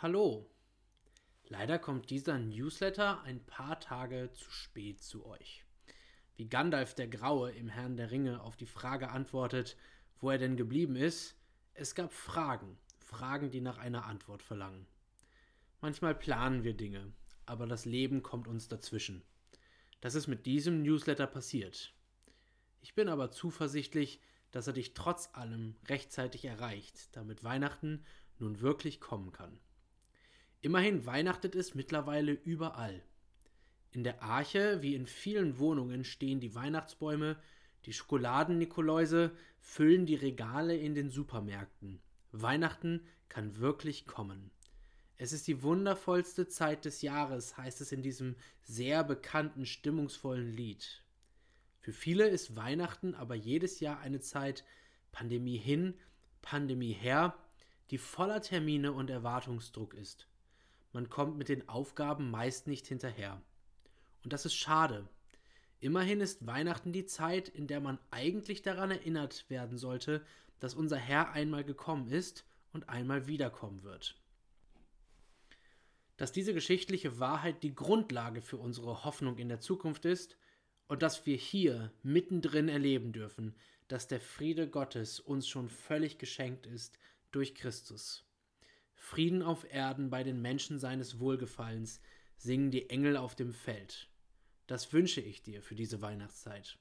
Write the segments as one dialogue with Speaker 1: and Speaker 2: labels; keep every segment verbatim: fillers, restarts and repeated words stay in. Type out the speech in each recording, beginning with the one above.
Speaker 1: Hallo! Leider kommt dieser Newsletter ein paar Tage zu spät zu euch. Wie Gandalf der Graue im Herrn der Ringe auf die Frage antwortet, wo er denn geblieben ist: Es gab Fragen, Fragen, die nach einer Antwort verlangen. Manchmal planen wir Dinge, aber das Leben kommt uns dazwischen. Das ist mit diesem Newsletter passiert. Ich bin aber zuversichtlich, dass er dich trotz allem rechtzeitig erreicht, damit Weihnachten nun wirklich kommen kann. Immerhin weihnachtet es mittlerweile überall. In der Arche wie in vielen Wohnungen stehen die Weihnachtsbäume, die Schokoladen-Nikoläuse füllen die Regale in den Supermärkten. Weihnachten kann wirklich kommen. Es ist die wundervollste Zeit des Jahres, heißt es in diesem sehr bekannten, stimmungsvollen Lied. Für viele ist Weihnachten aber jedes Jahr eine Zeit, Pandemie hin, Pandemie her, die voller Termine und Erwartungsdruck ist. Man kommt mit den Aufgaben meist nicht hinterher. Und das ist schade. Immerhin ist Weihnachten die Zeit, in der man eigentlich daran erinnert werden sollte, dass unser Herr einmal gekommen ist und einmal wiederkommen wird. Dass diese geschichtliche Wahrheit die Grundlage für unsere Hoffnung in der Zukunft ist und dass wir hier mittendrin erleben dürfen, dass der Friede Gottes uns schon völlig geschenkt ist durch Christus. Frieden auf Erden bei den Menschen seines Wohlgefallens, singen die Engel auf dem Feld. Das wünsche ich dir für diese Weihnachtszeit.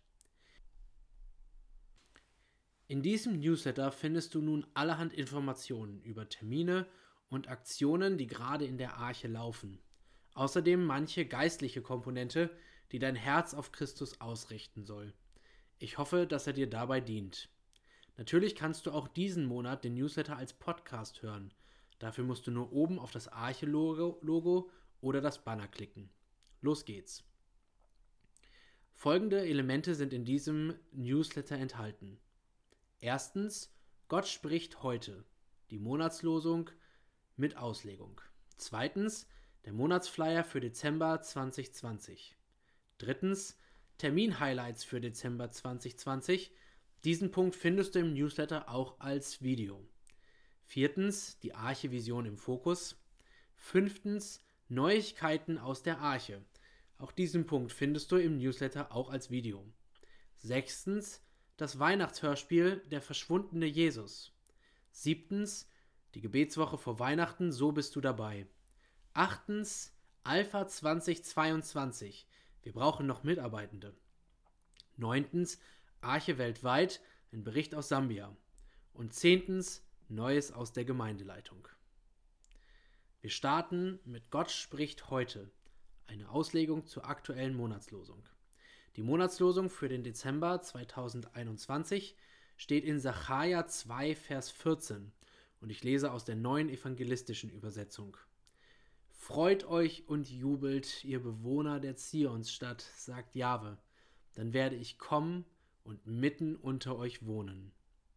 Speaker 1: In diesem Newsletter findest du nun allerhand Informationen über Termine und Aktionen, die gerade in der Arche laufen. Außerdem manche geistliche Komponente, die dein Herz auf Christus ausrichten soll. Ich hoffe, dass er dir dabei dient. Natürlich kannst du auch diesen Monat den Newsletter als Podcast hören. Dafür musst du nur oben auf das Arche-Logo oder das Banner klicken. Los geht's! Folgende Elemente sind in diesem Newsletter enthalten. Erstens, Gott spricht heute, die Monatslosung mit Auslegung. Zweitens, der Monatsflyer für Dezember zwanzig zwanzig. Drittens, Termin-Highlights für Dezember zwanzig zwanzig. Diesen Punkt findest du im Newsletter auch als Video. Viertens, die Arche-Vision im Fokus. Fünftens, Neuigkeiten aus der Arche. Auch diesen Punkt findest du im Newsletter auch als Video. Sechstens, das Weihnachtshörspiel Der verschwundene Jesus. Siebtens, die Gebetswoche vor Weihnachten, so bist du dabei. Achtens, Alpha zwanzig zweiundzwanzig. Wir brauchen noch Mitarbeitende. Neuntens, Arche weltweit, ein Bericht aus Sambia. Und zehntens, Neues aus der Gemeindeleitung. Wir starten mit Gott spricht heute, eine Auslegung zur aktuellen Monatslosung. Die Monatslosung für den Dezember zweitausendeinundzwanzig steht in Sacharja zwei, Vers vierzehn und ich lese aus der neuen evangelistischen Übersetzung. Freut euch und jubelt, ihr Bewohner der Zionsstadt, sagt Jahwe, dann werde ich kommen und mitten unter euch wohnen.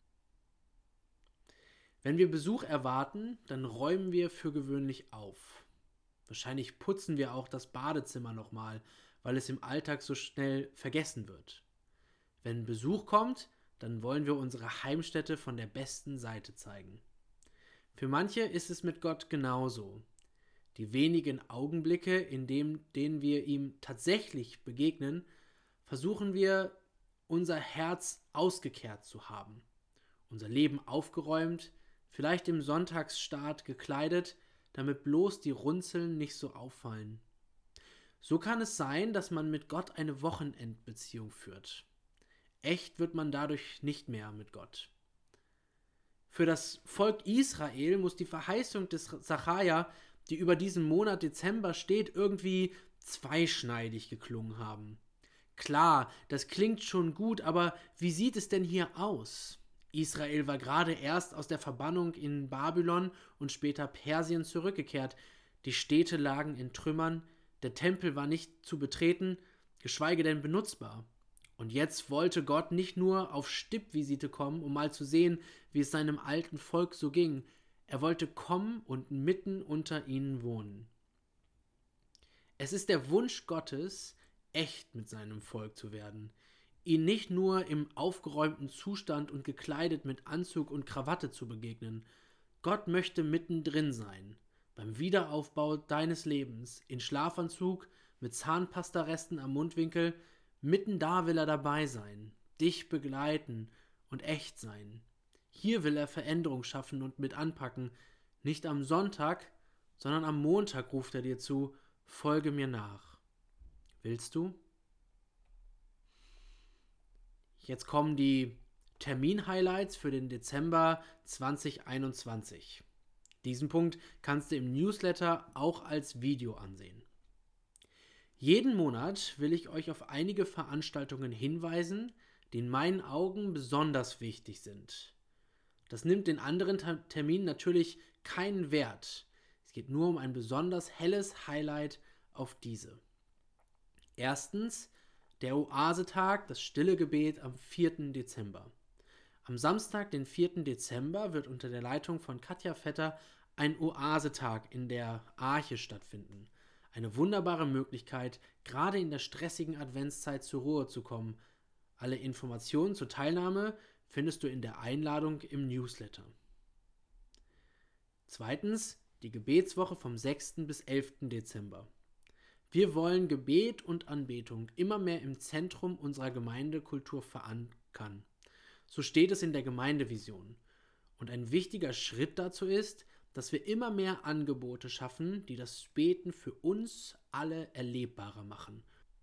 Speaker 1: Wenn wir Besuch erwarten, dann räumen wir für gewöhnlich auf. Wahrscheinlich putzen wir auch das Badezimmer nochmal, weil es im Alltag so schnell vergessen wird. Wenn Besuch kommt, dann wollen wir unsere Heimstätte von der besten Seite zeigen. Für manche ist es mit Gott genauso. Die wenigen Augenblicke, in dem, denen wir ihm tatsächlich begegnen, versuchen wir, unser Herz ausgekehrt zu haben, unser Leben aufgeräumt, vielleicht im Sonntagsstaat gekleidet, damit bloß die Runzeln nicht so auffallen. So kann es sein, dass man mit Gott eine Wochenendbeziehung führt. Echt wird man dadurch nicht mehr mit Gott. Für das Volk Israel muss die Verheißung des Sacharja, die über diesen Monat Dezember steht, irgendwie zweischneidig geklungen haben. Klar, das klingt schon gut, aber wie sieht es denn hier aus? Israel war gerade erst aus der Verbannung in Babylon und später Persien zurückgekehrt. Die Städte lagen in Trümmern, der Tempel war nicht zu betreten, geschweige denn benutzbar. Und jetzt wollte Gott nicht nur auf Stippvisite kommen, um mal zu sehen, wie es seinem alten Volk so ging. Er wollte kommen und mitten unter ihnen wohnen. Es ist der Wunsch Gottes, echt mit seinem Volk zu werden, ihn nicht nur im aufgeräumten Zustand und gekleidet mit Anzug und Krawatte zu begegnen. Gott möchte mittendrin sein, beim Wiederaufbau deines Lebens, in Schlafanzug, mit Zahnpastaresten am Mundwinkel, mitten da will er dabei sein, dich begleiten und echt sein. Hier will er Veränderung schaffen und mit anpacken. Nicht am Sonntag, sondern am Montag ruft er dir zu, folge mir nach. Willst du? Jetzt kommen die Termin-Highlights für den Dezember zwanzig einundzwanzig. Diesen Punkt kannst du im Newsletter auch als Video ansehen. Jeden Monat will ich euch auf einige Veranstaltungen hinweisen, die in meinen Augen besonders wichtig sind. Das nimmt den anderen Terminen natürlich keinen Wert. Es geht nur um ein besonders helles Highlight auf diese. Erstens der Oasetag, das stille Gebet am vierten Dezember. Am Samstag, den vierten Dezember, wird unter der Leitung von Katja Vetter ein Oasetag in der Arche stattfinden. Eine wunderbare Möglichkeit, gerade in der stressigen Adventszeit zur Ruhe zu kommen. Alle Informationen zur Teilnahme findest du in der Einladung im Newsletter. Zweitens, die Gebetswoche vom sechsten bis elften Dezember. Wir wollen Gebet und Anbetung immer mehr im Zentrum unserer Gemeindekultur verankern. So steht es in der Gemeindevision. Und ein wichtiger Schritt dazu ist, dass wir immer mehr Angebote schaffen, die das Beten für uns alle erlebbarer machen.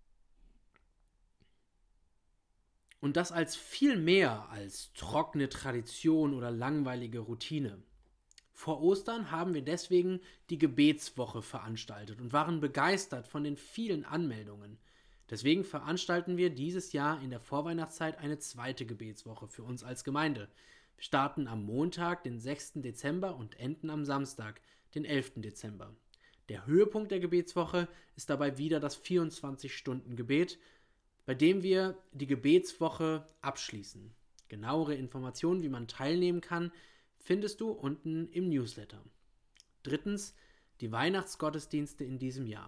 Speaker 1: Und das als viel mehr als trockene Tradition oder langweilige Routine. Vor Ostern haben wir deswegen die Gebetswoche veranstaltet und waren begeistert von den vielen Anmeldungen. Deswegen veranstalten wir dieses Jahr in der Vorweihnachtszeit eine zweite Gebetswoche für uns als Gemeinde. Wir starten am Montag, den sechsten Dezember und enden am Samstag, den elften Dezember. Der Höhepunkt der Gebetswoche ist dabei wieder das vierundzwanzig-Stunden-Gebet, bei dem wir die Gebetswoche abschließen. Genauere Informationen, wie man teilnehmen kann, findest du unten im Newsletter. Drittens, die Weihnachtsgottesdienste in diesem Jahr.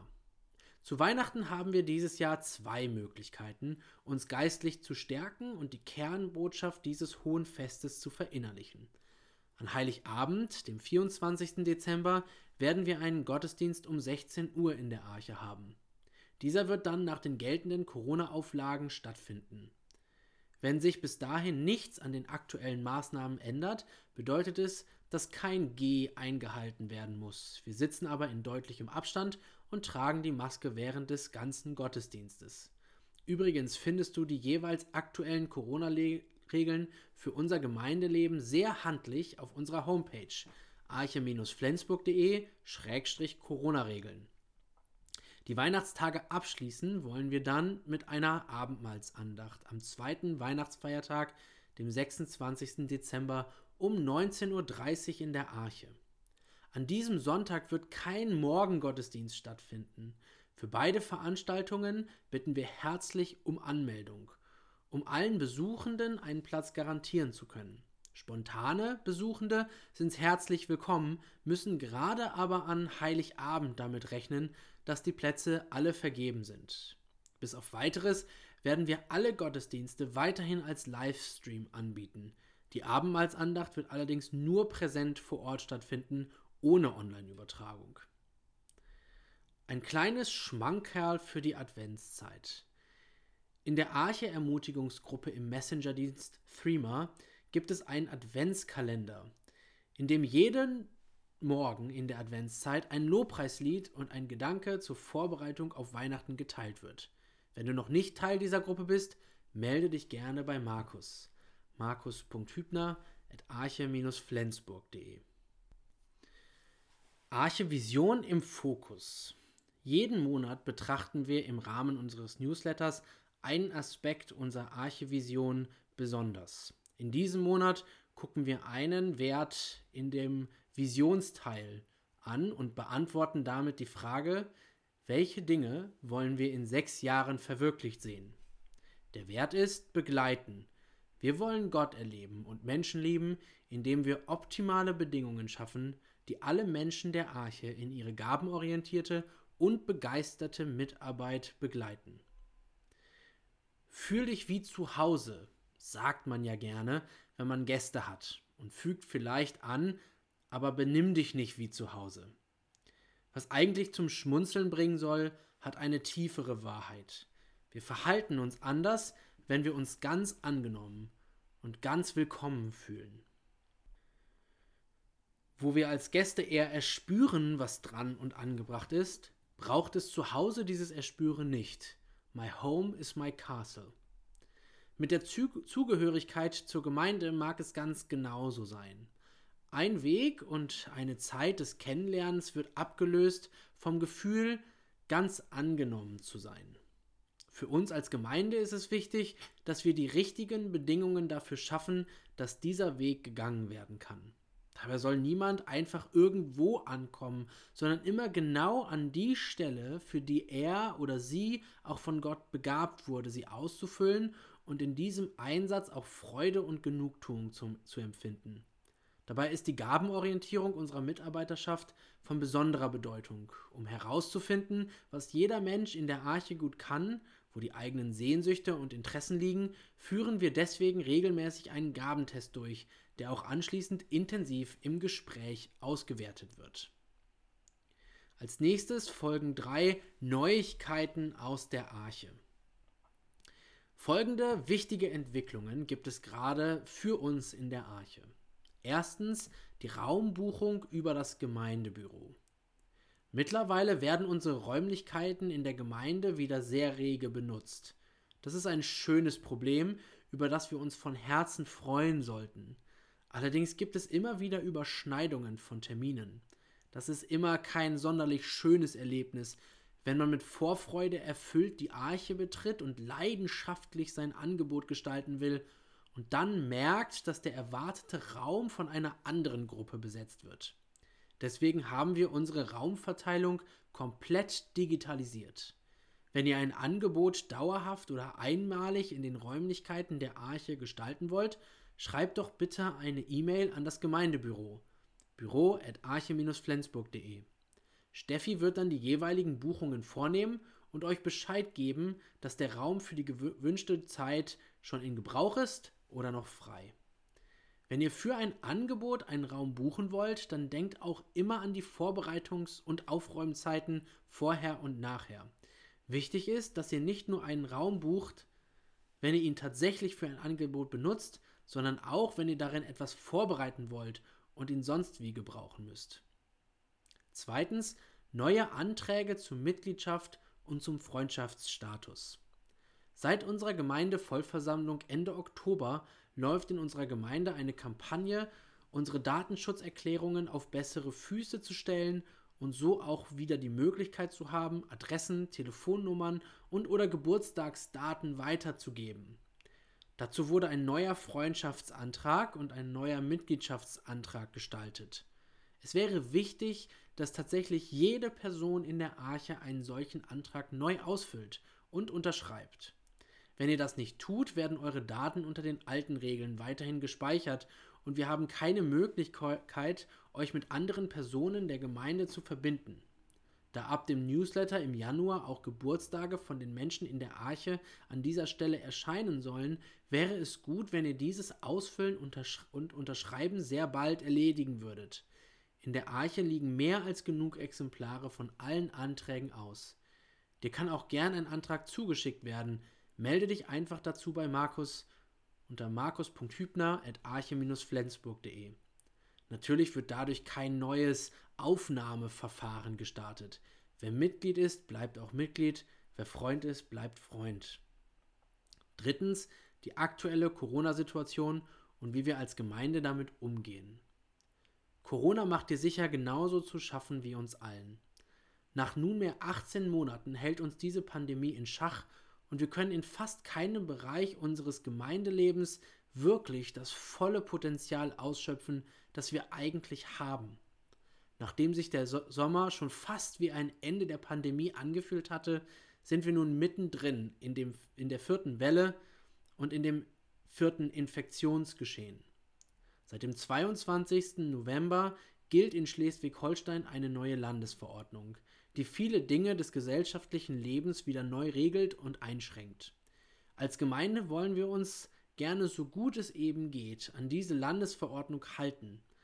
Speaker 1: Zu Weihnachten haben wir dieses Jahr zwei Möglichkeiten, uns geistlich zu stärken und die Kernbotschaft dieses hohen Festes zu verinnerlichen. An Heiligabend, dem vierundzwanzigsten Dezember, werden wir einen Gottesdienst um sechzehn Uhr in der Arche haben. Dieser wird dann nach den geltenden Corona-Auflagen stattfinden. Wenn sich bis dahin nichts an den aktuellen Maßnahmen ändert, bedeutet es, dass kein G eingehalten werden muss. Wir sitzen aber in deutlichem Abstand und tragen die Maske während des ganzen Gottesdienstes. Übrigens findest du die jeweils aktuellen Corona-Regeln für unser Gemeindeleben sehr handlich auf unserer Homepage arche flensburg punkt de Schrägstrich Corona-Regeln. Die Weihnachtstage abschließen wollen wir dann mit einer Abendmahlsandacht am zweiten Weihnachtsfeiertag, dem sechsundzwanzigsten Dezember um neunzehn Uhr dreißig in der Arche. An diesem Sonntag wird kein Morgengottesdienst stattfinden. Für beide Veranstaltungen bitten wir herzlich um Anmeldung, um allen Besuchenden einen Platz garantieren zu können. Spontane Besuchende sind herzlich willkommen, müssen gerade aber an Heiligabend damit rechnen, dass die Plätze alle vergeben sind. Bis auf Weiteres werden wir alle Gottesdienste weiterhin als Livestream anbieten. Die Abendmahlsandacht wird allerdings nur präsent vor Ort stattfinden, ohne Online-Übertragung. Ein kleines Schmankerl für die Adventszeit. In der Arche-Ermutigungsgruppe im Messenger-Dienst Threema gibt es einen Adventskalender, in dem jeden Morgen in der Adventszeit ein Lobpreislied und ein Gedanke zur Vorbereitung auf Weihnachten geteilt wird. Wenn du noch nicht Teil dieser Gruppe bist, melde dich gerne bei Markus. markus punkt hübner at arche flensburg punkt de. Arche Vision im Fokus. Jeden Monat betrachten wir im Rahmen unseres Newsletters einen Aspekt unserer Arche Vision besonders. In diesem Monat gucken wir einen Wert in dem Visionsteil an und beantworten damit die Frage, welche Dinge wollen wir in sechs Jahren verwirklicht sehen? Der Wert ist begleiten. Wir wollen Gott erleben und Menschen lieben, indem wir optimale Bedingungen schaffen, die alle Menschen der Arche in ihre gabenorientierte und begeisterte Mitarbeit begleiten. Fühl dich wie zu Hause, sagt man ja gerne, wenn man Gäste hat, und fügt vielleicht an, aber benimm dich nicht wie zu Hause. Was eigentlich zum Schmunzeln bringen soll, hat eine tiefere Wahrheit. Wir verhalten uns anders, wenn wir uns ganz angenommen und ganz willkommen fühlen. Wo wir als Gäste eher erspüren, was dran und angebracht ist, braucht es zu Hause dieses Erspüren nicht. My home is my castle. Mit der Zü- Zugehörigkeit zur Gemeinde mag es ganz genauso sein. Ein Weg und eine Zeit des Kennenlernens wird abgelöst vom Gefühl, ganz angenommen zu sein. Für uns als Gemeinde ist es wichtig, dass wir die richtigen Bedingungen dafür schaffen, dass dieser Weg gegangen werden kann. Dabei soll niemand einfach irgendwo ankommen, sondern immer genau an die Stelle, für die er oder sie auch von Gott begabt wurde, sie auszufüllen und in diesem Einsatz auch Freude und Genugtuung zum, zu empfinden. Dabei ist die Gabenorientierung unserer Mitarbeiterschaft von besonderer Bedeutung, um herauszufinden, was jeder Mensch in der Arche gut kann, wo die eigenen Sehnsüchte und Interessen liegen, führen wir deswegen regelmäßig einen Gabentest durch, der auch anschließend intensiv im Gespräch ausgewertet wird. Als nächstes folgen drei Neuigkeiten aus der Arche. Folgende wichtige Entwicklungen gibt es gerade für uns in der Arche. Erstens die Raumbuchung über das Gemeindebüro. Mittlerweile werden unsere Räumlichkeiten in der Gemeinde wieder sehr rege benutzt. Das ist ein schönes Problem, über das wir uns von Herzen freuen sollten. Allerdings gibt es immer wieder Überschneidungen von Terminen. Das ist immer kein sonderlich schönes Erlebnis, wenn man mit Vorfreude erfüllt die Arche betritt und leidenschaftlich sein Angebot gestalten will und dann merkt, dass der erwartete Raum von einer anderen Gruppe besetzt wird. Deswegen haben wir unsere Raumverteilung komplett digitalisiert. Wenn ihr ein Angebot dauerhaft oder einmalig in den Räumlichkeiten der Arche gestalten wollt, schreibt doch bitte eine E-Mail an das Gemeindebüro büro at arche dash flensburg punkt de. Steffi wird dann die jeweiligen Buchungen vornehmen und euch Bescheid geben, dass der Raum für die gewünschte Zeit schon in Gebrauch ist oder noch frei. Wenn ihr für ein Angebot einen Raum buchen wollt, dann denkt auch immer an die Vorbereitungs- und Aufräumzeiten vorher und nachher. Wichtig ist, dass ihr nicht nur einen Raum bucht, wenn ihr ihn tatsächlich für ein Angebot benutzt, sondern auch, wenn ihr darin etwas vorbereiten wollt und ihn sonst wie gebrauchen müsst. Zweitens, neue Anträge zur Mitgliedschaft und zum Freundschaftsstatus. Seit unserer Gemeindevollversammlung Ende Oktober läuft in unserer Gemeinde eine Kampagne, unsere Datenschutzerklärungen auf bessere Füße zu stellen und so auch wieder die Möglichkeit zu haben, Adressen, Telefonnummern und oder Geburtstagsdaten weiterzugeben. Dazu wurde ein neuer Freundschaftsantrag und ein neuer Mitgliedschaftsantrag gestaltet. Es wäre wichtig, dass tatsächlich jede Person in der Arche einen solchen Antrag neu ausfüllt und unterschreibt. Wenn ihr das nicht tut, werden eure Daten unter den alten Regeln weiterhin gespeichert und wir haben keine Möglichkeit, euch mit anderen Personen der Gemeinde zu verbinden. Da ab dem Newsletter im Januar auch Geburtstage von den Menschen in der Arche an dieser Stelle erscheinen sollen, wäre es gut, wenn ihr dieses Ausfüllen und Unterschreiben sehr bald erledigen würdet. In der Arche liegen mehr als genug Exemplare von allen Anträgen aus. Dir kann auch gern ein Antrag zugeschickt werden. Melde dich einfach dazu bei Markus unter markus punkt hübner at arche dash flensburg punkt de. Natürlich wird dadurch kein neues Aufnahmeverfahren gestartet. Wer Mitglied ist, bleibt auch Mitglied. Wer Freund ist, bleibt Freund. Drittens, die aktuelle Corona-Situation und wie wir als Gemeinde damit umgehen. Corona macht dir sicher genauso zu schaffen wie uns allen. Nach nunmehr achtzehn Monaten hält uns diese Pandemie in Schach und wir können in fast keinem Bereich unseres Gemeindelebens wirklich das volle Potenzial ausschöpfen, das wir eigentlich haben. Nachdem sich der so- Sommer schon fast wie ein Ende der Pandemie angefühlt hatte, sind wir nun mittendrin in, dem, in der vierten Welle und in dem vierten Infektionsgeschehen. Seit dem zweiundzwanzigsten November gilt in Schleswig-Holstein eine neue Landesverordnung, die viele Dinge des gesellschaftlichen Lebens wieder neu regelt und einschränkt. Als Gemeinde wollen wir uns gerne so gut es eben geht an diese Landesverordnung halten.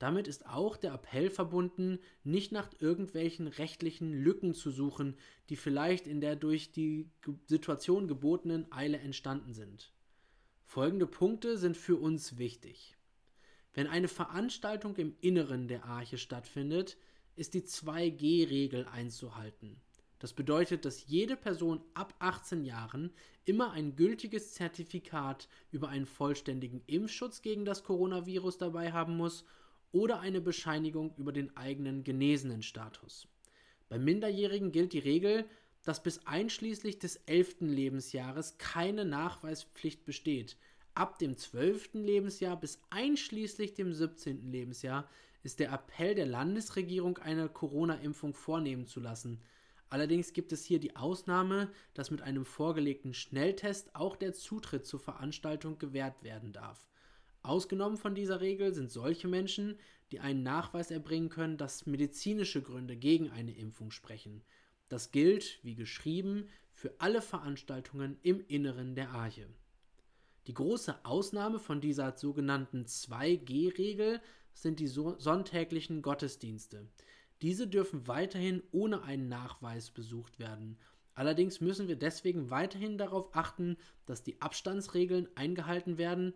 Speaker 1: Damit ist auch der Appell verbunden, nicht nach irgendwelchen rechtlichen Lücken zu suchen, die vielleicht in der durch die Situation gebotenen Eile entstanden sind. Folgende Punkte sind für uns wichtig. Wenn eine Veranstaltung im Inneren der Arche stattfindet, ist die zwei G Regel einzuhalten. Das bedeutet, dass jede Person ab achtzehn Jahren immer ein gültiges Zertifikat über einen vollständigen Impfschutz gegen das Coronavirus dabei haben muss oder eine Bescheinigung über den eigenen Genesenenstatus. Bei Minderjährigen gilt die Regel, dass bis einschließlich des elften Lebensjahres keine Nachweispflicht besteht. Ab dem zwölften Lebensjahr bis einschließlich dem siebzehnten Lebensjahr ist der Appell der Landesregierung, eine Corona-Impfung vornehmen zu lassen. Allerdings gibt es hier die Ausnahme, dass mit einem vorgelegten Schnelltest auch der Zutritt zur Veranstaltung gewährt werden darf. Ausgenommen von dieser Regel sind solche Menschen, die einen Nachweis erbringen können, dass medizinische Gründe gegen eine Impfung sprechen. Das gilt, wie geschrieben, für alle Veranstaltungen im Inneren der Arche. Die große Ausnahme von dieser sogenannten zwei G Regel sind die so- sonntäglichen Gottesdienste. Diese dürfen weiterhin ohne einen Nachweis besucht werden. Allerdings müssen wir deswegen weiterhin darauf achten, dass die Abstandsregeln eingehalten werden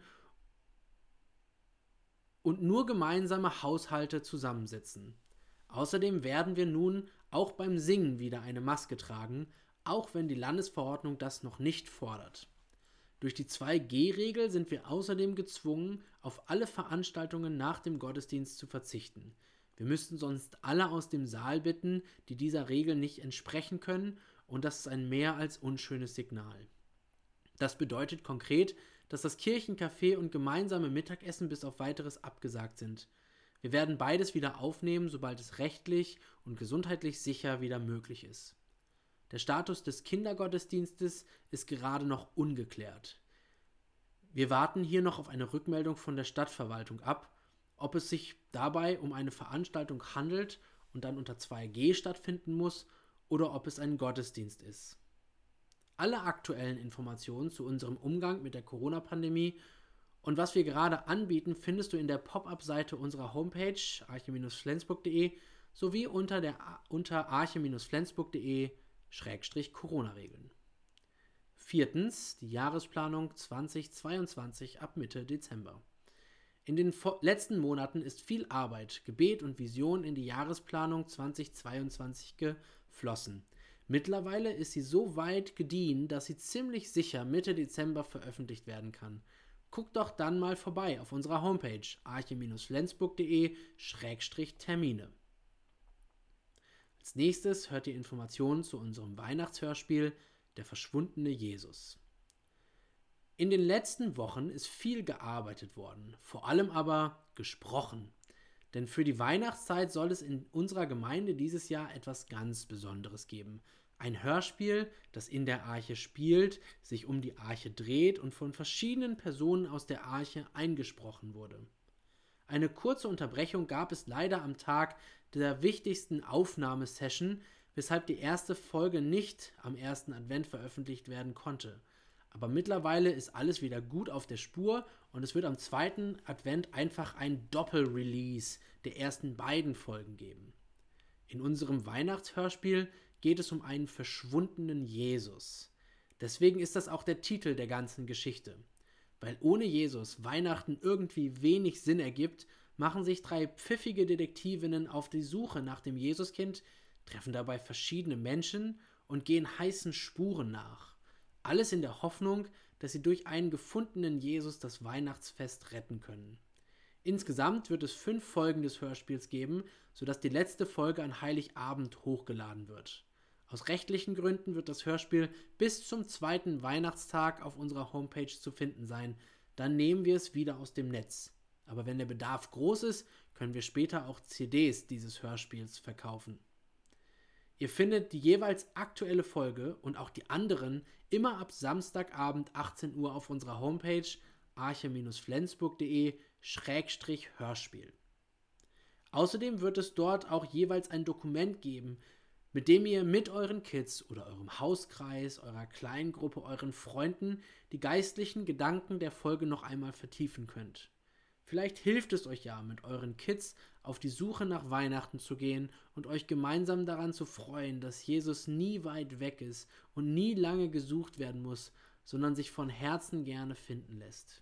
Speaker 1: und nur gemeinsame Haushalte zusammensitzen. Außerdem werden wir nun auch beim Singen wieder eine Maske tragen, auch wenn die Landesverordnung das noch nicht fordert. Durch die zwei G Regel sind wir außerdem gezwungen, auf alle Veranstaltungen nach dem Gottesdienst zu verzichten. Wir müssten sonst alle aus dem Saal bitten, die dieser Regel nicht entsprechen können, und das ist ein mehr als unschönes Signal. Das bedeutet konkret, dass das Kirchencafé und gemeinsame Mittagessen bis auf Weiteres abgesagt sind. Wir werden beides wieder aufnehmen, sobald es rechtlich und gesundheitlich sicher wieder möglich ist. Der Status des Kindergottesdienstes ist gerade noch ungeklärt. Wir warten hier noch auf eine Rückmeldung von der Stadtverwaltung ab, ob es sich dabei um eine Veranstaltung handelt und dann unter zwei G stattfinden muss oder ob es ein Gottesdienst ist. Alle aktuellen Informationen zu unserem Umgang mit der Corona-Pandemie und was wir gerade anbieten, findest du in der Pop-up-Seite unserer Homepage arche Bindestrich flensburg punkt de sowie unter, der, unter arche Bindestrich flensburg punkt de Schrägstrich Corona-Regeln. Viertens, die Jahresplanung zweitausendzweiundzwanzig ab Mitte Dezember. In den letzten Monaten ist viel Arbeit, Gebet und Vision in die Jahresplanung zweitausendzweiundzwanzig geflossen. Mittlerweile ist sie so weit gediehen, dass sie ziemlich sicher Mitte Dezember veröffentlicht werden kann. Guck doch dann mal vorbei auf unserer Homepage arche Bindestrich flensburg punkt de Schrägstrich Termine. Als nächstes hört ihr Informationen zu unserem Weihnachtshörspiel Der verschwundene Jesus. In den letzten Wochen ist viel gearbeitet worden, vor allem aber gesprochen. Denn für die Weihnachtszeit soll es in unserer Gemeinde dieses Jahr etwas ganz Besonderes geben. Ein Hörspiel, das in der Arche spielt, sich um die Arche dreht und von verschiedenen Personen aus der Arche eingesprochen wurde. Eine kurze Unterbrechung gab es leider am Tag der wichtigsten Aufnahmesession, weshalb die erste Folge nicht am ersten Advent veröffentlicht werden konnte. Aber mittlerweile ist alles wieder gut auf der Spur und es wird am zweiten Advent einfach ein Doppel-Release der ersten beiden Folgen geben. In unserem Weihnachtshörspiel geht es um einen verschwundenen Jesus. Deswegen ist das auch der Titel der ganzen Geschichte. Weil ohne Jesus Weihnachten irgendwie wenig Sinn ergibt, machen sich drei pfiffige Detektivinnen auf die Suche nach dem Jesuskind, treffen dabei verschiedene Menschen und gehen heißen Spuren nach. Alles in der Hoffnung, dass sie durch einen gefundenen Jesus das Weihnachtsfest retten können. Insgesamt wird es fünf Folgen des Hörspiels geben, sodass die letzte Folge an Heiligabend hochgeladen wird. Aus rechtlichen Gründen wird das Hörspiel bis zum zweiten Weihnachtstag auf unserer Homepage zu finden sein. Dann nehmen wir es wieder aus dem Netz. Aber wenn der Bedarf groß ist, können wir später auch C Ds dieses Hörspiels verkaufen. Ihr findet die jeweils aktuelle Folge und auch die anderen immer ab Samstagabend achtzehn Uhr auf unserer Homepage arche Bindestrich flensburg punkt de Schrägstrich Hörspiel. Außerdem wird es dort auch jeweils ein Dokument geben, mit dem ihr mit euren Kids oder eurem Hauskreis, eurer Kleingruppe, euren Freunden die geistlichen Gedanken der Folge noch einmal vertiefen könnt. Vielleicht hilft es euch ja, mit euren Kids auf die Suche nach Weihnachten zu gehen und euch gemeinsam daran zu freuen, dass Jesus nie weit weg ist und nie lange gesucht werden muss, sondern sich von Herzen gerne finden lässt.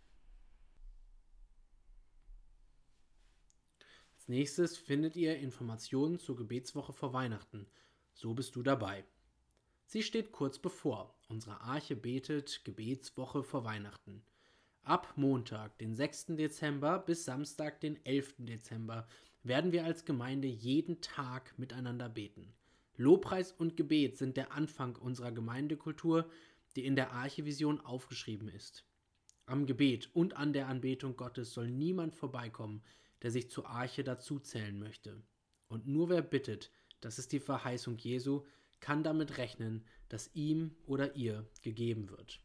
Speaker 1: Als nächstes findet ihr Informationen zur Gebetswoche vor Weihnachten. So bist du dabei. Sie steht kurz bevor. Unsere Arche betet Gebetswoche vor Weihnachten. Ab Montag, den sechsten Dezember bis Samstag, den elften Dezember, werden wir als Gemeinde jeden Tag miteinander beten. Lobpreis und Gebet sind der Anfang unserer Gemeindekultur, die in der Arche-Vision aufgeschrieben ist. Am Gebet und an der Anbetung Gottes soll niemand vorbeikommen, der sich zur Arche dazuzählen möchte. Und nur wer bittet, das ist die Verheißung Jesu, kann damit rechnen, dass ihm oder ihr gegeben wird.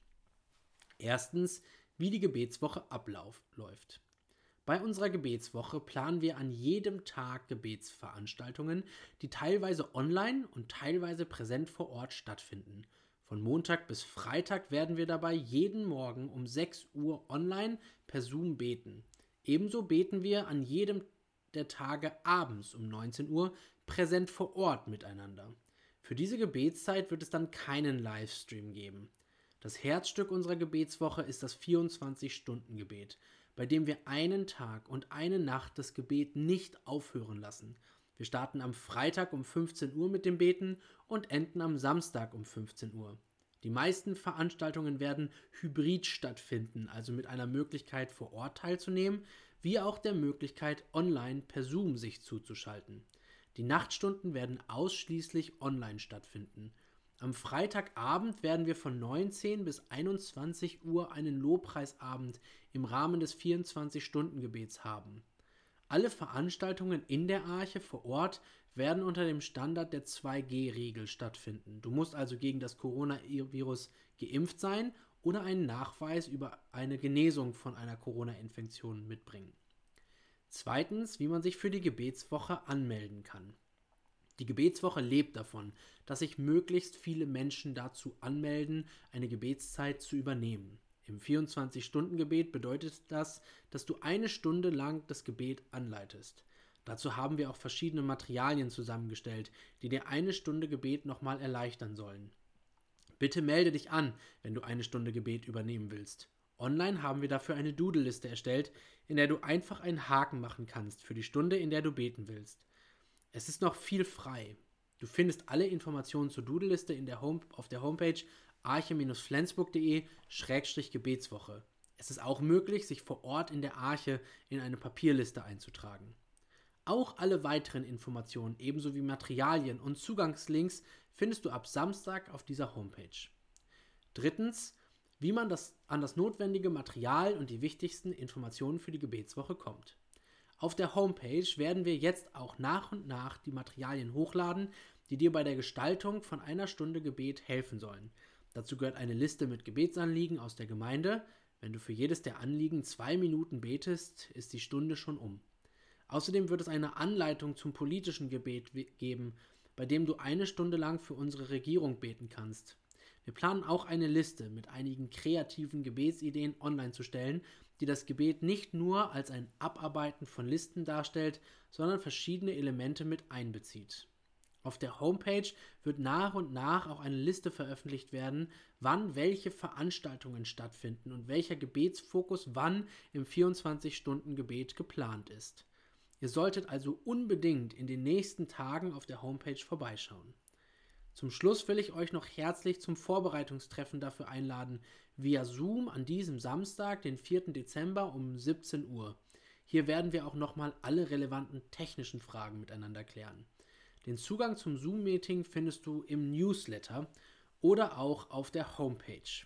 Speaker 1: Erstens, wie die Gebetswoche abläuft. Bei unserer Gebetswoche planen wir an jedem Tag Gebetsveranstaltungen, die teilweise online und teilweise präsent vor Ort stattfinden. Von Montag bis Freitag werden wir dabei jeden Morgen um sechs Uhr online per Zoom beten. Ebenso beten wir an jedem der Tage abends um neunzehn Uhr präsent vor Ort miteinander. Für diese Gebetszeit wird es dann keinen Livestream geben. Das Herzstück unserer Gebetswoche ist das vierundzwanzig-Stunden-Gebet, bei dem wir einen Tag und eine Nacht das Gebet nicht aufhören lassen. Wir starten am Freitag um fünfzehn Uhr mit dem Beten und enden am Samstag um fünfzehn Uhr. Die meisten Veranstaltungen werden hybrid stattfinden, also mit einer Möglichkeit vor Ort teilzunehmen, wie auch der Möglichkeit online per Zoom sich zuzuschalten. Die Nachtstunden werden ausschließlich online stattfinden. Am Freitagabend werden wir von neunzehn bis einundzwanzig Uhr einen Lobpreisabend im Rahmen des vierundzwanzig-Stunden-Gebets haben. Alle Veranstaltungen in der Arche vor Ort werden unter dem Standard der zwei G Regel stattfinden. Du musst also gegen das Coronavirus geimpft sein oder einen Nachweis über eine Genesung von einer Corona-Infektion mitbringen. Zweitens, wie man sich für die Gebetswoche anmelden kann. Die Gebetswoche lebt davon, dass sich möglichst viele Menschen dazu anmelden, eine Gebetszeit zu übernehmen. Im vierundzwanzig-Stunden-Gebet bedeutet das, dass du eine Stunde lang das Gebet anleitest. Dazu haben wir auch verschiedene Materialien zusammengestellt, die dir eine Stunde Gebet nochmal erleichtern sollen. Bitte melde dich an, wenn du eine Stunde Gebet übernehmen willst. Online haben wir dafür eine Doodle-Liste erstellt, in der du einfach einen Haken machen kannst für die Stunde, in der du beten willst. Es ist noch viel frei. Du findest alle Informationen zur Doodle-Liste in der Home- auf der Homepage arche flensburg punkt de Schrägstrich Gebetswoche. Es ist auch möglich, sich vor Ort in der Arche in eine Papierliste einzutragen. Auch alle weiteren Informationen, ebenso wie Materialien und Zugangslinks, findest du ab Samstag auf dieser Homepage. Drittens, wie man das, an das notwendige Material und die wichtigsten Informationen für die Gebetswoche kommt. Auf der Homepage werden wir jetzt auch nach und nach die Materialien hochladen, die dir bei der Gestaltung von einer Stunde Gebet helfen sollen. Dazu gehört eine Liste mit Gebetsanliegen aus der Gemeinde. Wenn du für jedes der Anliegen zwei Minuten betest, ist die Stunde schon um. Außerdem wird es eine Anleitung zum politischen Gebet geben, bei dem du eine Stunde lang für unsere Regierung beten kannst. Wir planen auch eine Liste mit einigen kreativen Gebetsideen online zu stellen, die das Gebet nicht nur als ein Abarbeiten von Listen darstellt, sondern verschiedene Elemente mit einbezieht. Auf der Homepage wird nach und nach auch eine Liste veröffentlicht werden, wann welche Veranstaltungen stattfinden und welcher Gebetsfokus wann im vierundzwanzig-Stunden-Gebet geplant ist. Ihr solltet also unbedingt in den nächsten Tagen auf der Homepage vorbeischauen. Zum Schluss will ich euch noch herzlich zum Vorbereitungstreffen dafür einladen, via Zoom an diesem Samstag, den vierten Dezember um siebzehn Uhr. Hier werden wir auch nochmal alle relevanten technischen Fragen miteinander klären. Den Zugang zum Zoom-Meeting findest du im Newsletter oder auch auf der Homepage.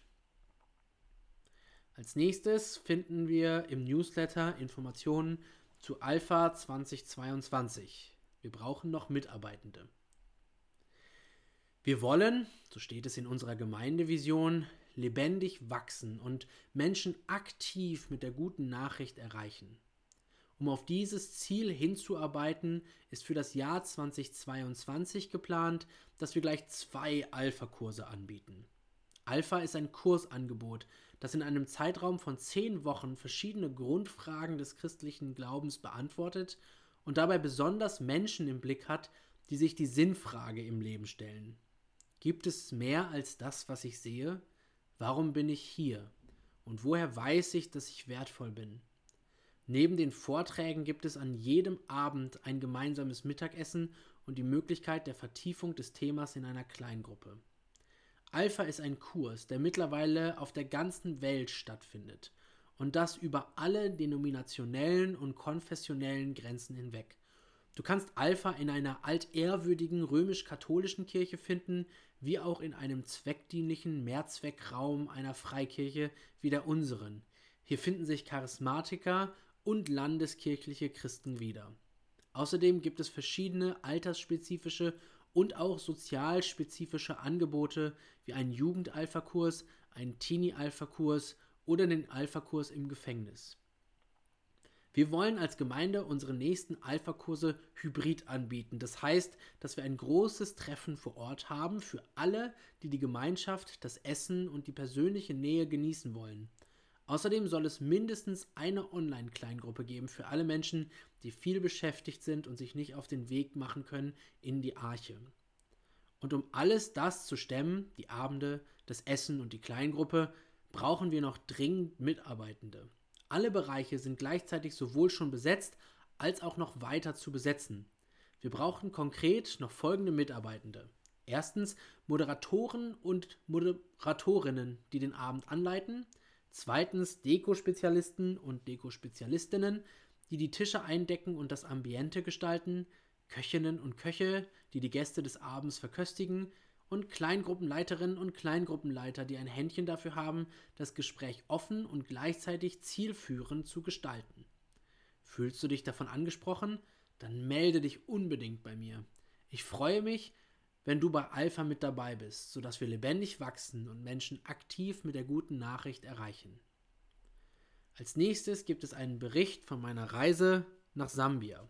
Speaker 1: Als nächstes finden wir im Newsletter Informationen zu Alpha zweitausendzweiundzwanzig. Wir brauchen noch Mitarbeitende. Wir wollen, so steht es in unserer Gemeindevision, lebendig wachsen und Menschen aktiv mit der guten Nachricht erreichen. Um auf dieses Ziel hinzuarbeiten, ist für das Jahr zweitausendzweiundzwanzig geplant, dass wir gleich zwei Alpha-Kurse anbieten. Alpha ist ein Kursangebot, das in einem Zeitraum von zehn Wochen verschiedene Grundfragen des christlichen Glaubens beantwortet und dabei besonders Menschen im Blick hat, die sich die Sinnfrage im Leben stellen. Gibt es mehr als das, was ich sehe? Warum bin ich hier? Und woher weiß ich, dass ich wertvoll bin? Neben den Vorträgen gibt es an jedem Abend ein gemeinsames Mittagessen und die Möglichkeit der Vertiefung des Themas in einer Kleingruppe. Alpha ist ein Kurs, der mittlerweile auf der ganzen Welt stattfindet und das über alle denominationellen und konfessionellen Grenzen hinweg. Du kannst Alpha in einer altehrwürdigen römisch-katholischen Kirche finden, wie auch in einem zweckdienlichen Mehrzweckraum einer Freikirche wie der unseren. Hier finden sich Charismatiker und landeskirchliche Christen wieder. Außerdem gibt es verschiedene altersspezifische und auch sozialspezifische Angebote wie einen Jugend-Alpha-Kurs, einen Teenie-Alpha-Kurs oder den Alpha-Kurs im Gefängnis. Wir wollen als Gemeinde unsere nächsten Alpha-Kurse hybrid anbieten. Das heißt, dass wir ein großes Treffen vor Ort haben für alle, die die Gemeinschaft, das Essen und die persönliche Nähe genießen wollen. Außerdem soll es mindestens eine Online-Kleingruppe geben für alle Menschen, die viel beschäftigt sind und sich nicht auf den Weg machen können in die Arche. Und um alles das zu stemmen, die Abende, das Essen und die Kleingruppe, brauchen wir noch dringend Mitarbeitende. Alle Bereiche sind gleichzeitig sowohl schon besetzt, als auch noch weiter zu besetzen. Wir brauchen konkret noch folgende Mitarbeitende. Erstens Moderatoren und Moderatorinnen, die den Abend anleiten. Zweitens Dekospezialisten und Dekospezialistinnen, die die Tische eindecken und das Ambiente gestalten. Köchinnen und Köche, die die Gäste des Abends verköstigen. Und Kleingruppenleiterinnen und Kleingruppenleiter, die ein Händchen dafür haben, das Gespräch offen und gleichzeitig zielführend zu gestalten. Fühlst du dich davon angesprochen? Dann melde dich unbedingt bei mir. Ich freue mich, wenn du bei Alpha mit dabei bist, sodass wir lebendig wachsen und Menschen aktiv mit der guten Nachricht erreichen. Als nächstes gibt es einen Bericht von meiner Reise nach Sambia.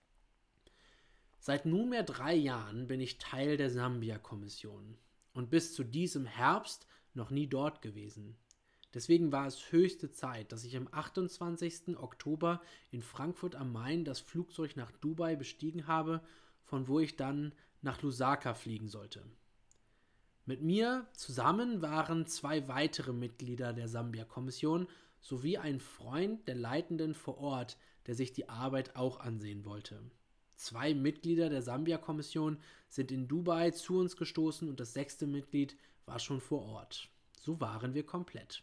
Speaker 1: Seit nunmehr drei Jahren bin ich Teil der Sambia-Kommission und bis zu diesem Herbst noch nie dort gewesen. Deswegen war es höchste Zeit, dass ich am achtundzwanzigsten Oktober in Frankfurt am Main das Flugzeug nach Dubai bestiegen habe, von wo ich dann nach Lusaka fliegen sollte. Mit mir zusammen waren zwei weitere Mitglieder der Sambia-Kommission sowie ein Freund der Leitenden vor Ort, der sich die Arbeit auch ansehen wollte. Zwei Mitglieder der Sambia-Kommission sind in Dubai zu uns gestoßen und das sechste Mitglied war schon vor Ort. So waren wir komplett.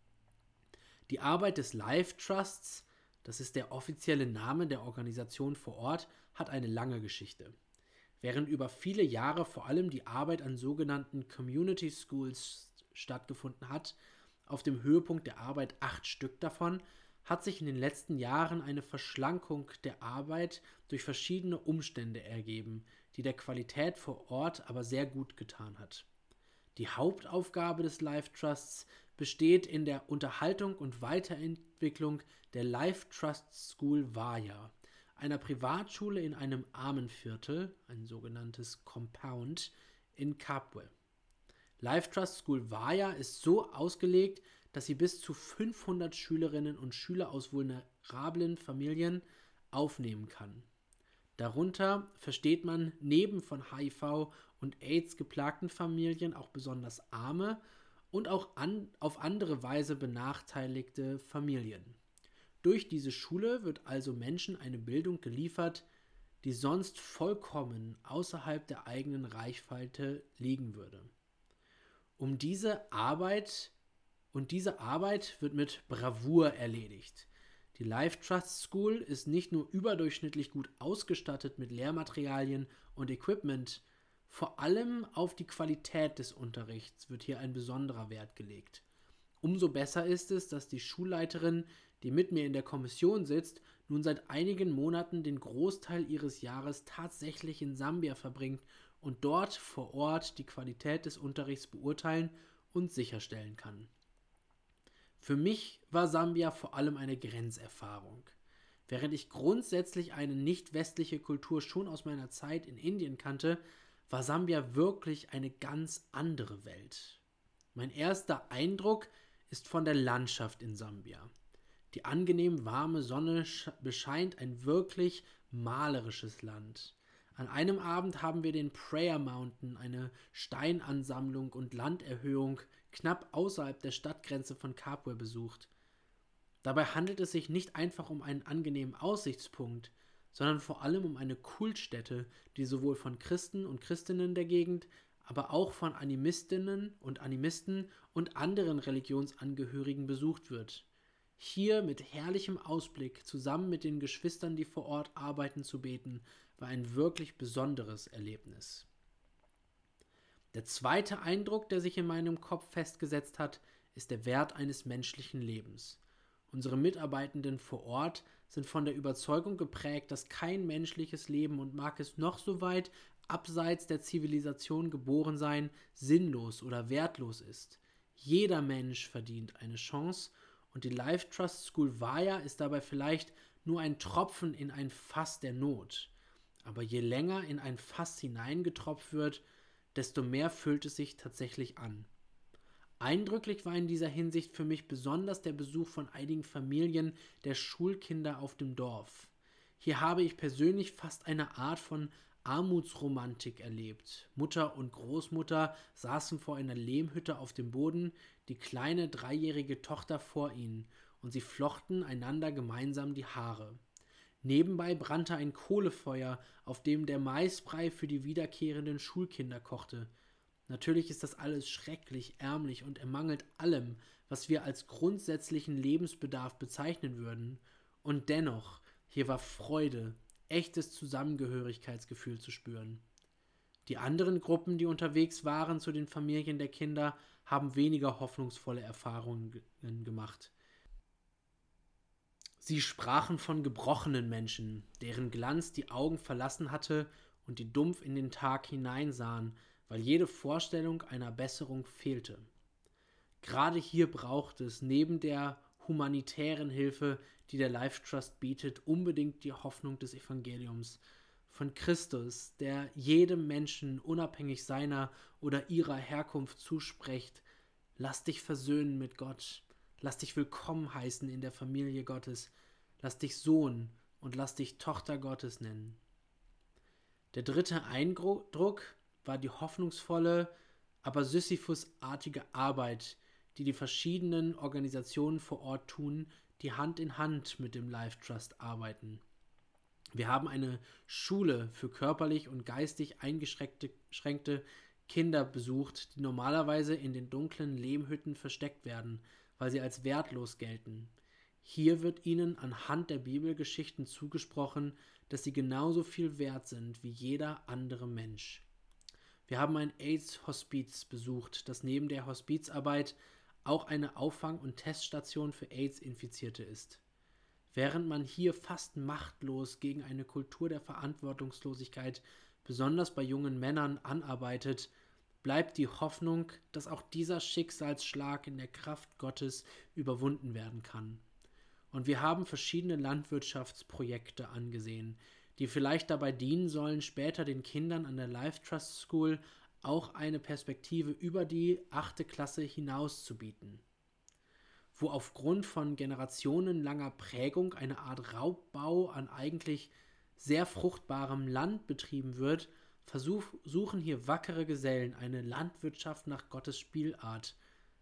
Speaker 1: Die Arbeit des Life Trusts, das ist der offizielle Name der Organisation vor Ort, hat eine lange Geschichte. Während über viele Jahre vor allem die Arbeit an sogenannten Community Schools stattgefunden hat, auf dem Höhepunkt der Arbeit acht Stück davon, hat sich in den letzten Jahren eine Verschlankung der Arbeit durch verschiedene Umstände ergeben, die der Qualität vor Ort aber sehr gut getan hat. Die Hauptaufgabe des Life Trusts besteht in der Unterhaltung und Weiterentwicklung der Life Trust School Vaya, einer Privatschule in einem Armenviertel, ein sogenanntes Compound, in Kabwe. Life Trust School Vaya ist so ausgelegt, dass sie bis zu fünfhundert Schülerinnen und Schüler aus vulnerablen Familien aufnehmen kann. Darunter versteht man neben von H I V und AIDS geplagten Familien auch besonders arme und auch an, auf andere Weise benachteiligte Familien. Durch diese Schule wird also Menschen eine Bildung geliefert, die sonst vollkommen außerhalb der eigenen Reichweite liegen würde. Um diese Arbeit Und diese Arbeit wird mit Bravour erledigt. Die Life Trust School ist nicht nur überdurchschnittlich gut ausgestattet mit Lehrmaterialien und Equipment, vor allem auf die Qualität des Unterrichts wird hier ein besonderer Wert gelegt. Umso besser ist es, dass die Schulleiterin, die mit mir in der Kommission sitzt, nun seit einigen Monaten den Großteil ihres Jahres tatsächlich in Sambia verbringt und dort vor Ort die Qualität des Unterrichts beurteilen und sicherstellen kann. Für mich war Sambia vor allem eine Grenzerfahrung. Während ich grundsätzlich eine nicht-westliche Kultur schon aus meiner Zeit in Indien kannte, war Sambia wirklich eine ganz andere Welt. Mein erster Eindruck ist von der Landschaft in Sambia. Die angenehm warme Sonne bescheint ein wirklich malerisches Land. An einem Abend haben wir den Prayer Mountain, eine Steinansammlung und Landerhöhung knapp außerhalb der Stadtgrenze von Kabwe, besucht. Dabei handelt es sich nicht einfach um einen angenehmen Aussichtspunkt, sondern vor allem um eine Kultstätte, die sowohl von Christen und Christinnen der Gegend, aber auch von Animistinnen und Animisten und anderen Religionsangehörigen besucht wird. Hier mit herrlichem Ausblick zusammen mit den Geschwistern, die vor Ort arbeiten, zu beten, war ein wirklich besonderes Erlebnis. Der zweite Eindruck, der sich in meinem Kopf festgesetzt hat, ist der Wert eines menschlichen Lebens. Unsere Mitarbeitenden vor Ort sind von der Überzeugung geprägt, dass kein menschliches Leben, und mag es noch so weit abseits der Zivilisation geboren sein, sinnlos oder wertlos ist. Jeder Mensch verdient eine Chance, und die Life Trust School Waya ist dabei vielleicht nur ein Tropfen in ein Fass der Not. Aber je länger in ein Fass hineingetropft wird, desto mehr füllt es sich tatsächlich an. Eindrücklich war in dieser Hinsicht für mich besonders der Besuch von einigen Familien der Schulkinder auf dem Dorf. Hier habe ich persönlich fast eine Art von Armutsromantik erlebt. Mutter und Großmutter saßen vor einer Lehmhütte auf dem Boden, die kleine dreijährige Tochter vor ihnen, und sie flochten einander gemeinsam die Haare. Nebenbei brannte ein Kohlefeuer, auf dem der Maisbrei für die wiederkehrenden Schulkinder kochte. Natürlich ist das alles schrecklich, ärmlich und ermangelt allem, was wir als grundsätzlichen Lebensbedarf bezeichnen würden. Und dennoch, hier war Freude, echtes Zusammengehörigkeitsgefühl zu spüren. Die anderen Gruppen, die unterwegs waren zu den Familien der Kinder, haben weniger hoffnungsvolle Erfahrungen gemacht. Sie sprachen von gebrochenen Menschen, deren Glanz die Augen verlassen hatte und die dumpf in den Tag hineinsahen, weil jede Vorstellung einer Besserung fehlte. Gerade hier braucht es neben der humanitären Hilfe, die der Life Trust bietet, unbedingt die Hoffnung des Evangeliums von Christus, der jedem Menschen unabhängig seiner oder ihrer Herkunft zuspricht: Lass dich versöhnen mit Gott, lass dich willkommen heißen in der Familie Gottes, lass dich Sohn und lass dich Tochter Gottes nennen. Der dritte Eindruck war die hoffnungsvolle, aber Sisyphus-artige Arbeit, die die verschiedenen Organisationen vor Ort tun, die Hand in Hand mit dem Life Trust arbeiten. Wir haben eine Schule für körperlich und geistig eingeschränkte Kinder besucht, die normalerweise in den dunklen Lehmhütten versteckt werden, weil sie als wertlos gelten. Hier wird ihnen anhand der Bibelgeschichten zugesprochen, dass sie genauso viel wert sind wie jeder andere Mensch. Wir haben ein AIDS-Hospiz besucht, das neben der Hospizarbeit auch eine Auffang- und Teststation für AIDS-Infizierte ist. Während man hier fast machtlos gegen eine Kultur der Verantwortungslosigkeit, besonders bei jungen Männern, anarbeitet, bleibt die Hoffnung, dass auch dieser Schicksalsschlag in der Kraft Gottes überwunden werden kann. Und wir haben verschiedene Landwirtschaftsprojekte angesehen, die vielleicht dabei dienen sollen, später den Kindern an der Life Trust School auch eine Perspektive über die achte Klasse hinaus zu bieten. Wo aufgrund von generationenlanger Prägung eine Art Raubbau an eigentlich sehr fruchtbarem Land betrieben wird, versuchen hier wackere Gesellen eine Landwirtschaft nach Gottes Spielart,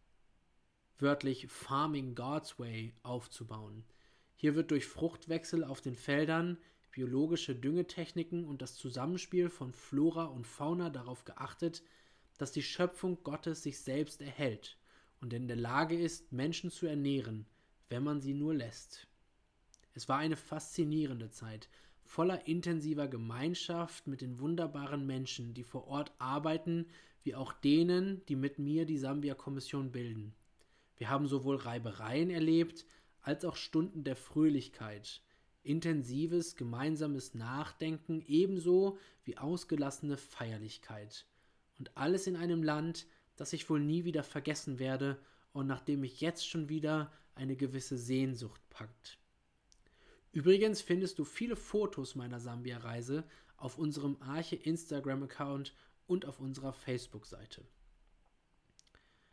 Speaker 1: wörtlich Farming God's Way, aufzubauen. Hier wird durch Fruchtwechsel auf den Feldern, biologische Düngetechniken und das Zusammenspiel von Flora und Fauna darauf geachtet, dass die Schöpfung Gottes sich selbst erhält und in der Lage ist, Menschen zu ernähren, wenn man sie nur lässt. Es war eine faszinierende Zeit, voller intensiver Gemeinschaft mit den wunderbaren Menschen, die vor Ort arbeiten, wie auch denen, die mit mir die Sambia-Kommission bilden. Wir haben sowohl Reibereien erlebt, als auch Stunden der Fröhlichkeit, intensives gemeinsames Nachdenken ebenso wie ausgelassene Feierlichkeit. Und alles in einem Land, das ich wohl nie wieder vergessen werde und nach dem mich jetzt schon wieder eine gewisse Sehnsucht packt. Übrigens findest du viele Fotos meiner Sambia-Reise auf unserem Arche Instagram-Account und auf unserer Facebook-Seite.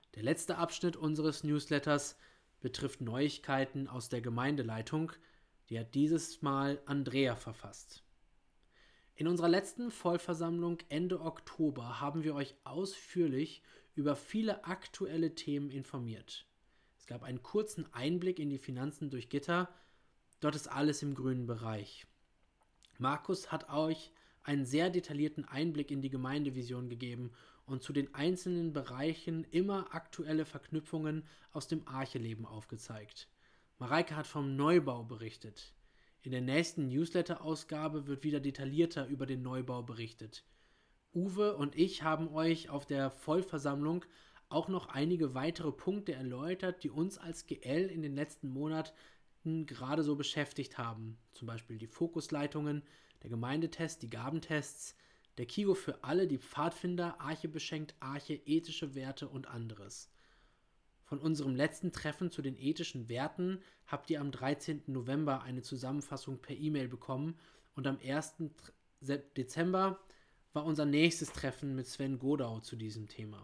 Speaker 1: Der letzte Abschnitt unseres Newsletters betrifft Neuigkeiten aus der Gemeindeleitung. Die hat dieses Mal Andrea verfasst. In unserer letzten Vollversammlung Ende Oktober haben wir euch ausführlich über viele aktuelle Themen informiert. Es gab einen kurzen Einblick in die Finanzen durch Gitter. Dort ist alles im grünen Bereich. Markus hat euch einen sehr detaillierten Einblick in die Gemeindevision gegeben und zu den einzelnen Bereichen immer aktuelle Verknüpfungen aus dem Arche-Leben aufgezeigt. Mareike hat vom Neubau berichtet. In der nächsten Newsletter-Ausgabe wird wieder detaillierter über den Neubau berichtet. Uwe und ich haben euch auf der Vollversammlung auch noch einige weitere Punkte erläutert, die uns als G L in den letzten Monaten gerade so beschäftigt haben. Zum Beispiel die Fokusleitungen, der Gemeindetest, die Gabentests, der Kigo für alle, die Pfadfinder, Arche beschenkt, Arche, ethische Werte und anderes. Von unserem letzten Treffen zu den ethischen Werten habt ihr am dreizehnten November eine Zusammenfassung per E-Mail bekommen und am ersten Dezember war unser nächstes Treffen mit Sven Godau zu diesem Thema.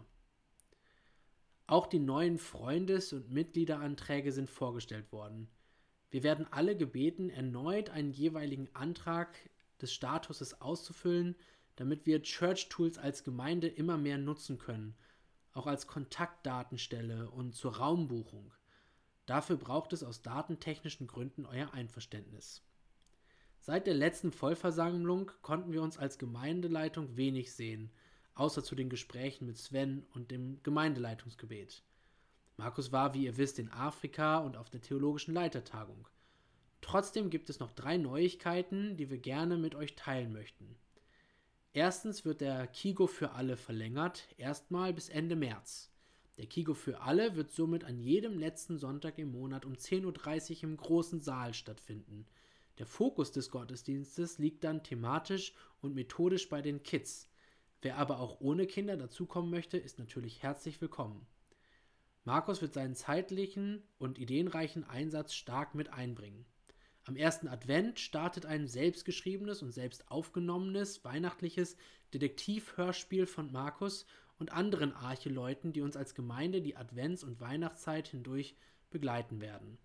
Speaker 1: Auch die neuen Freundes- und Mitgliederanträge sind vorgestellt worden. Wir werden alle gebeten, erneut einen jeweiligen Antrag des Statuses auszufüllen, damit wir Church Tools als Gemeinde immer mehr nutzen können, auch als Kontaktdatenstelle und zur Raumbuchung. Dafür braucht es aus datentechnischen Gründen euer Einverständnis. Seit der letzten Vollversammlung konnten wir uns als Gemeindeleitung wenig sehen, außer zu den Gesprächen mit Sven und dem Gemeindeleitungsgebet. Markus war, wie ihr wisst, in Afrika und auf der theologischen Leitertagung. Trotzdem gibt es noch drei Neuigkeiten, die wir gerne mit euch teilen möchten. Erstens wird der Kigo für alle verlängert, erstmal bis Ende März. Der Kigo für alle wird somit an jedem letzten Sonntag im Monat um zehn Uhr dreißig im großen Saal stattfinden. Der Fokus des Gottesdienstes liegt dann thematisch und methodisch bei den Kids. Wer aber auch ohne Kinder dazukommen möchte, ist natürlich herzlich willkommen. Markus wird seinen zeitlichen und ideenreichen Einsatz stark mit einbringen. Am ersten Advent startet ein selbstgeschriebenes und selbst aufgenommenes weihnachtliches Detektivhörspiel von Markus und anderen Arche-Leuten, die uns als Gemeinde die Advents- und Weihnachtszeit hindurch begleiten werden.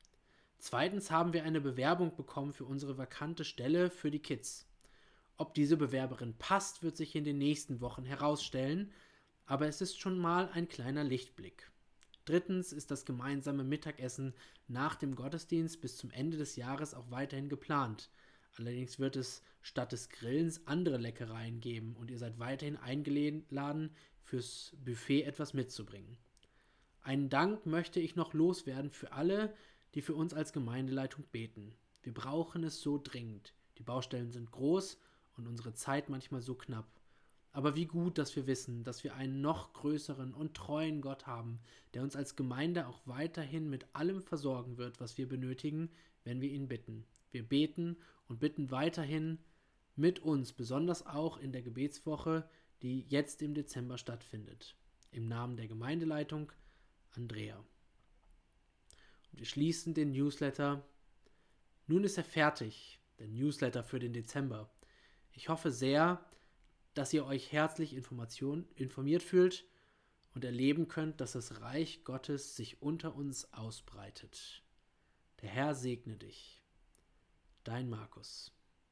Speaker 1: Zweitens haben wir eine Bewerbung bekommen für unsere vakante Stelle für die Kids. Ob diese Bewerberin passt, wird sich in den nächsten Wochen herausstellen, aber es ist schon mal ein kleiner Lichtblick. Drittens ist das gemeinsame Mittagessen nach dem Gottesdienst bis zum Ende des Jahres auch weiterhin geplant. Allerdings wird es statt des Grillens andere Leckereien geben und ihr seid weiterhin eingeladen, fürs Buffet etwas mitzubringen. Einen Dank möchte ich noch loswerden für alle, die für uns als Gemeindeleitung beten. Wir brauchen es so dringend. Die Baustellen sind groß und unsere Zeit manchmal so knapp. Aber wie gut, dass wir wissen, dass wir einen noch größeren und treuen Gott haben, der uns als Gemeinde auch weiterhin mit allem versorgen wird, was wir benötigen, wenn wir ihn bitten. Wir beten und bitten weiterhin mit uns, besonders auch in der Gebetswoche, die jetzt im Dezember stattfindet. Im Namen der Gemeindeleitung, Andrea. Und wir schließen den Newsletter. Nun ist er fertig, der Newsletter für den Dezember. Ich hoffe sehr, dass ihr euch herzlich Information, informiert fühlt und erleben könnt, dass das Reich Gottes sich unter uns ausbreitet. Der Herr segne dich. Dein Markus.